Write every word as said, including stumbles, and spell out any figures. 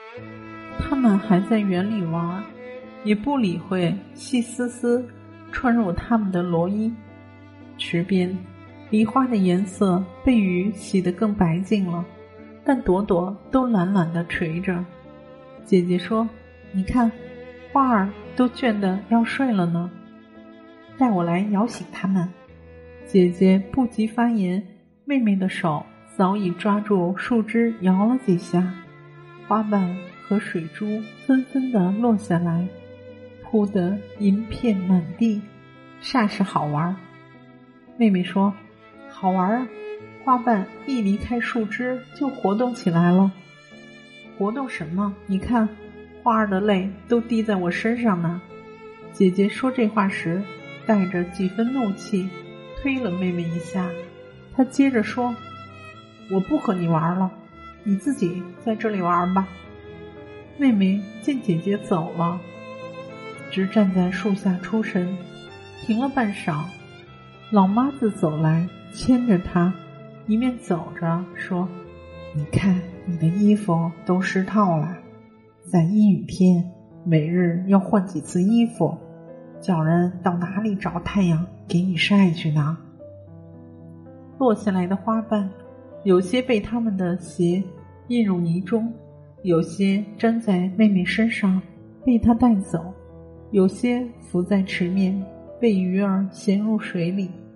他们还在园里玩，也不理会细丝丝穿入他们的罗衣。池边梨花的颜色被雨洗得更白净了，但朵朵都懒懒地垂着。姐姐说，你看，花儿都倦得要睡了呢，带我来摇醒它们。姐姐不及发言，妹妹的手早已抓住树枝摇了几下，花瓣和水珠纷纷地落下来，铺得银片满地，煞是好玩。妹妹说，好玩啊，花瓣一离开树枝就活动起来了。活动什么？你看，花儿的泪都滴在我身上呢。姐姐说这话时带着几分怒气，推了妹妹一下。她接着说，我不和你玩了，你自己在这里玩吧。妹妹见姐姐走了，直站在树下出神，停了半晌。老妈子走来牵着她，一面走着说，你看你的衣服都湿透了，在阴雨天每日要换几次衣服，叫人到哪里找太阳给你晒去呢？落下来的花瓣有些被他们的鞋印入泥中，有些粘在妹妹身上被她带走，有些浮在池面被鱼儿衔入水里。